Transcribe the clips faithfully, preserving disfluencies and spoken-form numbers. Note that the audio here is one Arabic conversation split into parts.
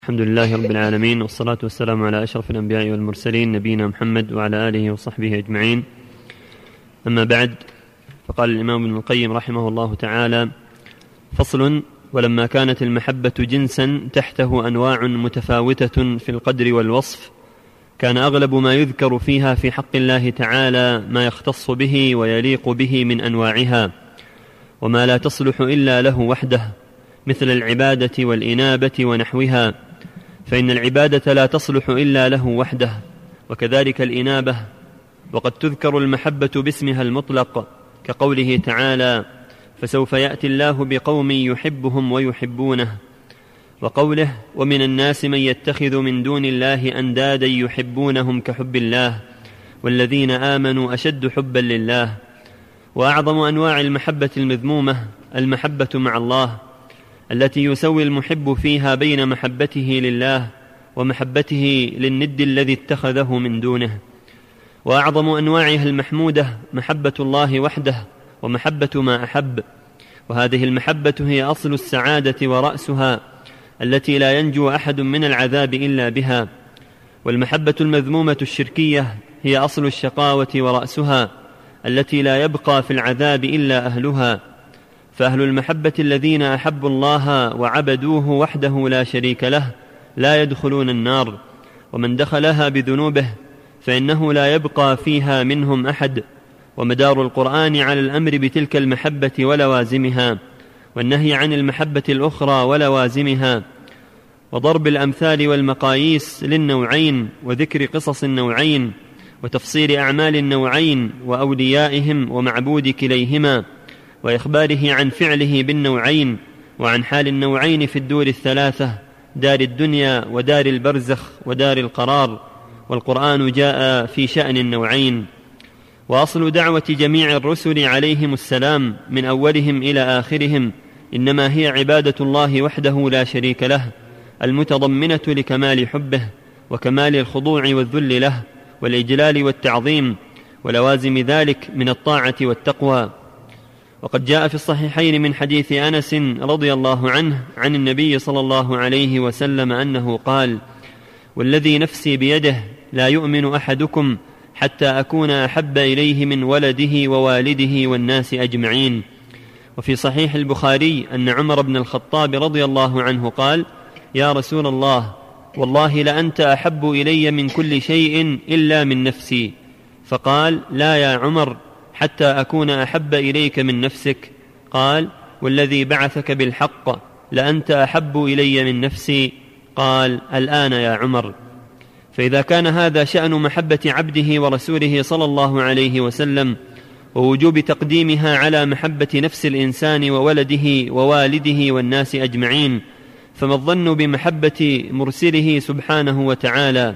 الحمد لله رب العالمين، والصلاة والسلام على أشرف الأنبياء والمرسلين نبينا محمد وعلى آله وصحبه أجمعين. أما بعد، فقال الإمام ابن القيم رحمه الله تعالى: فصل: ولما كانت المحبة جنسا تحته أنواع متفاوتة في القدر والوصف، كان أغلب ما يذكر فيها في حق الله تعالى ما يختص به ويليق به من أنواعها، وما لا تصلح إلا له وحده، مثل العبادة والإنابة ونحوها، فإن العبادة لا تصلح إلا له وحده، وكذلك الإنابة. وقد تذكر المحبة باسمها المطلق، كقوله تعالى: فسوف يأتي الله بقوم يحبهم ويحبونه، وقوله: ومن الناس من يتخذ من دون الله أندادا يحبونهم كحب الله، والذين آمنوا أشد حبا لله. وأعظم أنواع المحبة المذمومة المحبة مع الله، التي يسوي المحب فيها بين محبته لله ومحبته للند الذي اتخذه من دونه. وأعظم أنواعها المحمودة محبة الله وحده ومحبة ما أحب، وهذه المحبة هي أصل السعادة ورأسها، التي لا ينجو أحد من العذاب إلا بها. والمحبة المذمومة الشركية هي أصل الشقاوة ورأسها، التي لا يبقى في العذاب إلا أهلها. فأهل المحبة الذين أحبوا الله وعبدوه وحده لا شريك له لا يدخلون النار، ومن دخلها بذنوبه فإنه لا يبقى فيها منهم أحد. ومدار القرآن على الأمر بتلك المحبة ولوازمها، والنهي عن المحبة الأخرى ولوازمها، وضرب الأمثال والمقاييس للنوعين، وذكر قصص النوعين، وتفصيل أعمال النوعين وأوليائهم ومعبود كليهما، وإخباره عن فعله بالنوعين، وعن حال النوعين في الدور الثلاثة: دار الدنيا ودار البرزخ ودار القرار. والقرآن جاء في شأن النوعين. وأصل دعوة جميع الرسل عليهم السلام من أولهم إلى آخرهم إنما هي عبادة الله وحده لا شريك له، المتضمنة لكمال حبه وكمال الخضوع والذل له والإجلال والتعظيم، ولوازم ذلك من الطاعة والتقوى. وقد جاء في الصحيحين من حديث أنس رضي الله عنه عن النبي صلى الله عليه وسلم أنه قال: والذي نفسي بيده لا يؤمن أحدكم حتى أكون أحب إليه من ولده ووالده والناس أجمعين. وفي صحيح البخاري أن عمر بن الخطاب رضي الله عنه قال: يا رسول الله، والله لأنت أحب إلي من كل شيء إلا من نفسي. فقال: لا يا عمر، حتى أكون أحب إليك من نفسك. قال: والذي بعثك بالحق لأنت أحب إلي من نفسي. قال: الآن يا عمر. فإذا كان هذا شأن محبة عبده ورسوله صلى الله عليه وسلم، ووجوب تقديمها على محبة نفس الإنسان وولده ووالده والناس أجمعين، فما الظن بمحبة مرسله سبحانه وتعالى،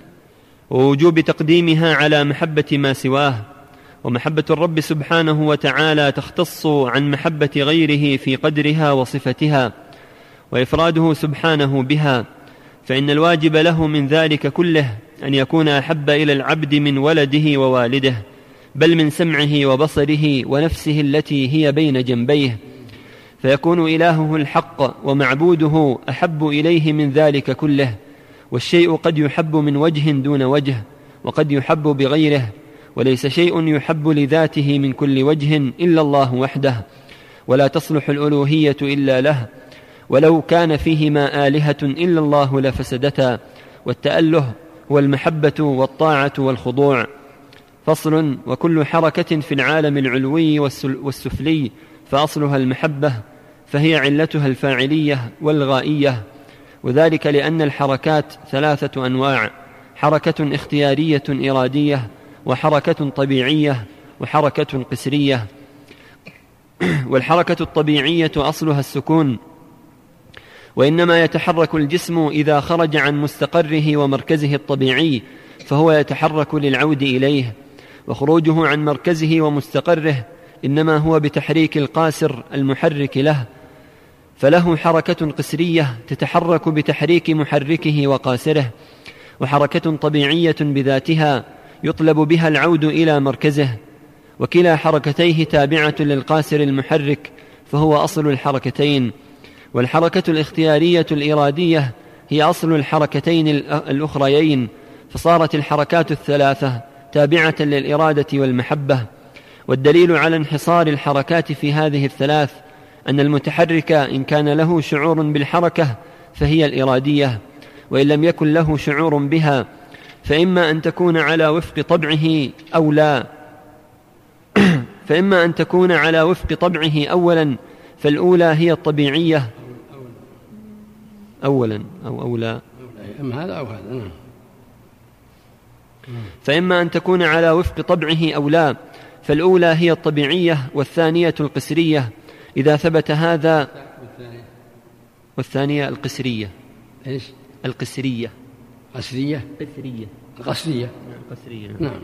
ووجوب تقديمها على محبة ما سواه؟ ومحبة الرب سبحانه وتعالى تختص عن محبة غيره في قدرها وصفتها، وإفراده سبحانه بها، فإن الواجب له من ذلك كله أن يكون أحب إلى العبد من ولده ووالده، بل من سمعه وبصره ونفسه التي هي بين جنبيه، فيكون إلهه الحق ومعبوده أحب إليه من ذلك كله. والشيء قد يحب من وجه دون وجه، وقد يحب بغيره، وليس شيء يحب لذاته من كل وجه إلا الله وحده، ولا تصلح الألوهية إلا له، ولو كان فيهما آلهة إلا الله لفسدتا. والتأله هو المحبة والطاعة والخضوع. فصل: وكل حركة في العالم العلوي والسفلي فأصلها المحبة، فهي علتها الفاعلية والغائية، وذلك لأن الحركات ثلاثة أنواع: حركة اختيارية إرادية، وحركة طبيعية، وحركة قسرية. والحركة الطبيعية أصلها السكون، وإنما يتحرك الجسم إذا خرج عن مستقره ومركزه الطبيعي، فهو يتحرك للعود إليه، وخروجه عن مركزه ومستقره إنما هو بتحريك القاسر المحرك له، فله حركة قسرية تتحرك بتحريك محركه وقاسره، وحركة طبيعية بذاتها يطلب بها العود إلى مركزه. وكلا حركتيه تابعة للقاسر المحرك، فهو أصل الحركتين. والحركة الاختيارية الإرادية هي أصل الحركتين الأخريين، فصارت الحركات الثلاثة تابعة للإرادة والمحبة. والدليل على انحصار الحركات في هذه الثلاث أن المتحرك إن كان له شعور بالحركة فهي الإرادية، وإن لم يكن له شعور بها فإما أن تكون على وفق طبعه أو لا فإما أن تكون على وفق طبعه أولا، فالأولى هي الطبيعية أولا أو أولى أما هذا أو هذا فإما أن تكون على وفق طبعه أو لا، فالأولى هي الطبيعية والثانية القسرية إذا ثبت هذا، والثانية القسرية. إيش؟ القسرية. قسرية. قسرية. قسرية. قسرية. نعم.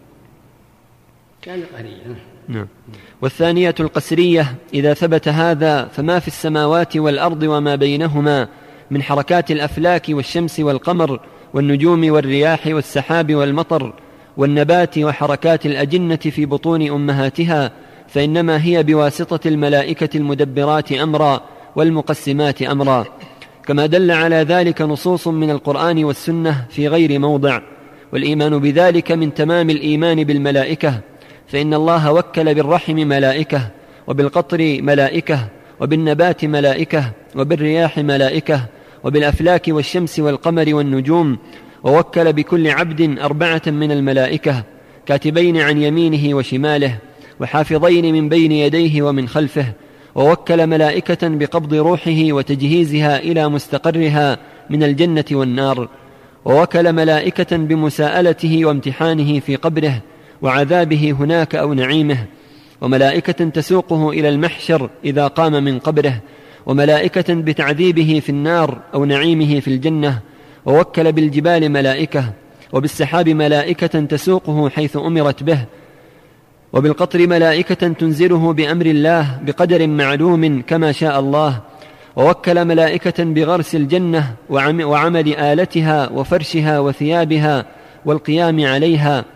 كان قرية. نعم. والثانية القسرية إذا ثبت هذا، فما في السماوات والأرض وما بينهما من حركات الأفلاك والشمس والقمر والنجوم والرياح والسحاب والمطر والنبات وحركات الأجنة في بطون أمهاتها، فإنما هي بواسطة الملائكة المدبرات أمرا والمقسمات أمرا، كما دل على ذلك نصوص من القرآن والسنة في غير موضع. والإيمان بذلك من تمام الإيمان بالملائكة، فإن الله وكل بالرحم ملائكة، وبالقطر ملائكة، وبالنبات ملائكة، وبالرياح ملائكة، وبالأفلاك والشمس والقمر والنجوم، ووكل بكل عبد أربعة من الملائكة، كاتبين عن يمينه وشماله، وحافظين من بين يديه ومن خلفه، ووكل ملائكة بقبض روحه وتجهيزها إلى مستقرها من الجنة والنار، ووكل ملائكة بمساءلته وامتحانه في قبره وعذابه هناك أو نعيمه، وملائكة تسوقه إلى المحشر إذا قام من قبره، وملائكة بتعذيبه في النار أو نعيمه في الجنة، ووكل بالجبال ملائكة، وبالسحاب ملائكة تسوقه حيث أمرت به، وبالقطر ملائكة تنزله بأمر الله بقدر معلوم كما شاء الله، ووكل ملائكة بغرس الجنة وعمل آلتها وفرشها وثيابها والقيام عليها،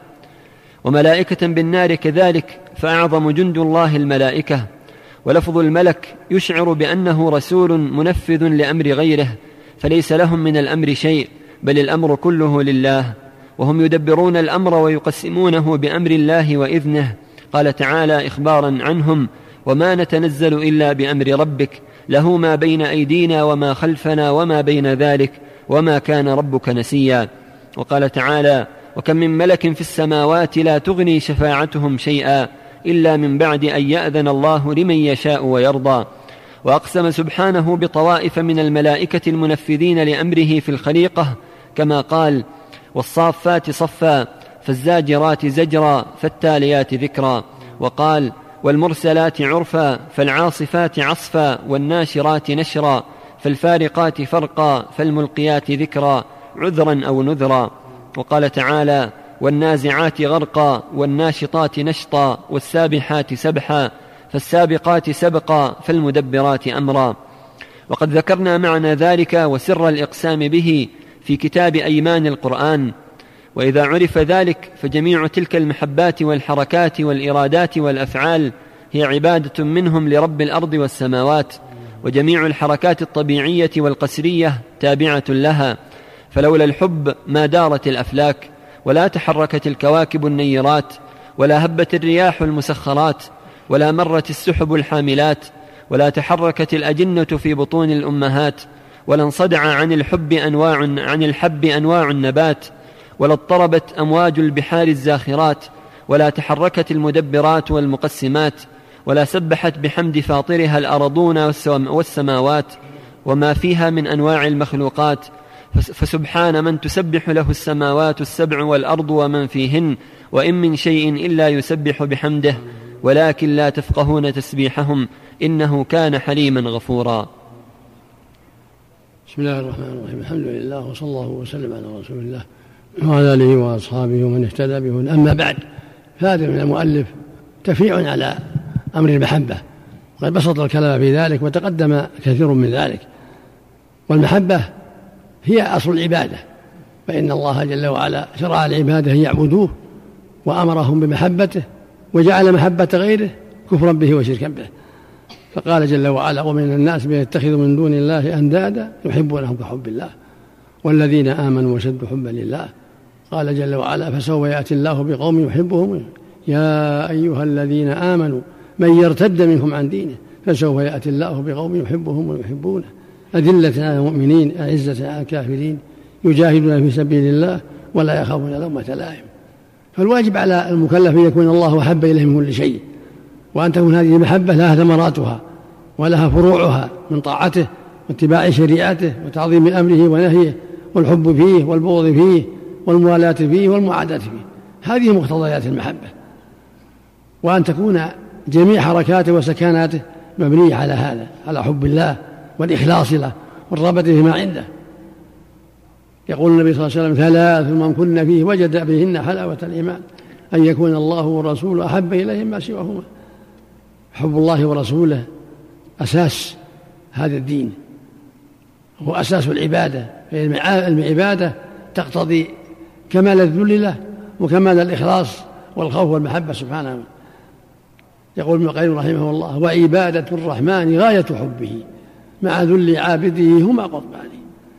وملائكة بالنار كذلك، فأعظم جند الله الملائكة. ولفظ الملك يشعر بأنه رسول منفذ لأمر غيره، فليس لهم من الأمر شيء، بل الأمر كله لله، وهم يدبرون الأمر ويقسمونه بأمر الله وإذنه. قال تعالى إخبارا عنهم: وما نتنزل إلا بأمر ربك له ما بين أيدينا وما خلفنا وما بين ذلك وما كان ربك نسيا. وقال تعالى: وكم من ملك في السماوات لا تغني شفاعتهم شيئا إلا من بعد أن يأذن الله لمن يشاء ويرضى. وأقسم سبحانه بطوائف من الملائكة المنفذين لأمره في الخليقة، كما قال: والصافات صفا فالزاجرات زجرا فالتاليات ذكرا. وقال: والمرسلات عرفا فالعاصفات عصفا والناشرات نشرا فالفارقات فرقا فالملقيات ذكرا عذرا أو نذرا. وقال تعالى: والنازعات غرقا والناشطات نشطا والسابحات سبحا فالسابقات سبقا فالمدبرات أمرا. وقد ذكرنا معنى ذلك وسر الإقسام به في كتاب أيمان القرآن. وإذا عرف ذلك فجميع تلك المحبات والحركات والإرادات والأفعال هي عبادة منهم لرب الأرض والسماوات، وجميع الحركات الطبيعية والقسرية تابعة لها، فلولا الحب ما دارت الأفلاك، ولا تحركت الكواكب النيرات، ولا هبت الرياح المسخرات، ولا مرت السحب الحاملات، ولا تحركت الأجنة في بطون الأمهات، ولا انصدع عن الحب أنواع عن الحب أنواع النبات، ولا اضطربت أمواج البحار الزاخرات، ولا تحركت المدبرات والمقسمات، ولا سبحت بحمد فاطرها الأرضون والسماوات وما فيها من أنواع المخلوقات. فسبحان من تسبح له السماوات السبع والأرض ومن فيهن، وإن من شيء إلا يسبح بحمده ولكن لا تفقهون تسبيحهم إنه كان حليما غفورا. بسم الله الرحمن الرحيم. الحمد لله وصلى الله وسلم على رسول الله وعلى آله وأصحابه ومن اهتدى به. أما بعد، فهذا من المؤلف تفريع على أمر المحبة، وقد بسط الكلام في ذلك وتقدم كثير من ذلك. والمحبة هي أصل العبادة، فإن الله جل وعلا شرع العبادة أن يعبدوه وأمرهم بمحبته، وجعل محبة غيره كفرا به وشركا به، فقال جل وعلا: ومن الناس من يتخذ من دون الله أندادا يحبونهم كحب الله والذين آمنوا وشد حبا لله. قال جل وعلا فسوف يأتي الله بقوم يحبهم يا أيها الذين آمنوا من يرتد منكم عن دينه فسوف يأتي الله بقوم يحبهم ويحبونه أذلة على المؤمنين أعزة على الكافرين يجاهدون في سبيل الله ولا يخافون لومة لائم. فالواجب على المكلف أن يكون الله أحب إليه من كل شيء، وأن تكون هذه المحبة لها ثمراتها ولها فروعها من طاعته واتباع شريعته وتعظيم أمره ونهيه والحب فيه والبغض فيه والموالاة فيه والمعاداة فيه. هذه مقتضيات المحبة، وأن تكون جميع حركاته وسكناته مبنية على هذا، على حب الله والإخلاص له والرغبة فيما عنده. يقول النبي صلى الله عليه وسلم ثلاث من كن فيه وجد بهن حلاوة الإيمان أن يكون الله ورسوله أحب إليه ما سواهما. حب الله ورسوله أساس هذا الدين، هو أساس العبادة، فالعبادة تقتضي كمال الذل له وكمال الإخلاص والخوف والمحبة سبحانه. يقول ابن القيم رحمه الله وعبادة الرحمن غاية حبه مع ذل عابده هما قطبان.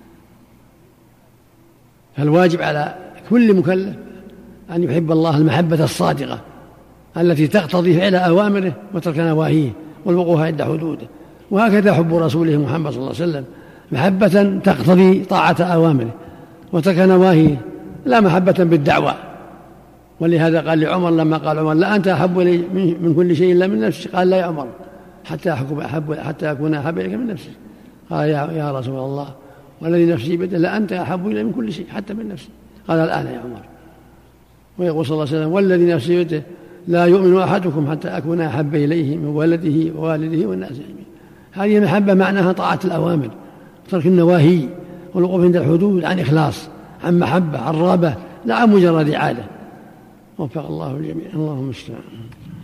فالواجب على كل مكلف أن يحب الله المحبة الصادقة التي تقتضي فعل أوامره وترك نواهيه والوقوف عند حدوده. وهكذا حب رسوله محمد صلى الله عليه وسلم محبة تقتضي طاعة أوامره وترك نواهيه، لا محبة بالدعوة. ولهذا قال لعمر لما قال عمر لا أنت أحب إلي من كل شيء إلا من نفسي، قال لا يا عمر حتى أحب حتى أكون أحب إليك من نفسي. قال يا رسول الله والذي نفسي بيده لا أنت أحب إلي من كل شيء حتى من نفسي. قال الآن يا عمر. ويقول صلى الله عليه وسلم والذي نفسي بيده لا يؤمن أحدكم حتى أكون أحب إليه من ولده ووالده والناس أجمعين. هذه المحبة معناها طاعة الأوامر ترك النواهي والوقوف عند الحدود عن إخلاص، عن محبة، عن رغبة، لا عن مجرد عادة. وفق الله الجميع. اللهم استعان.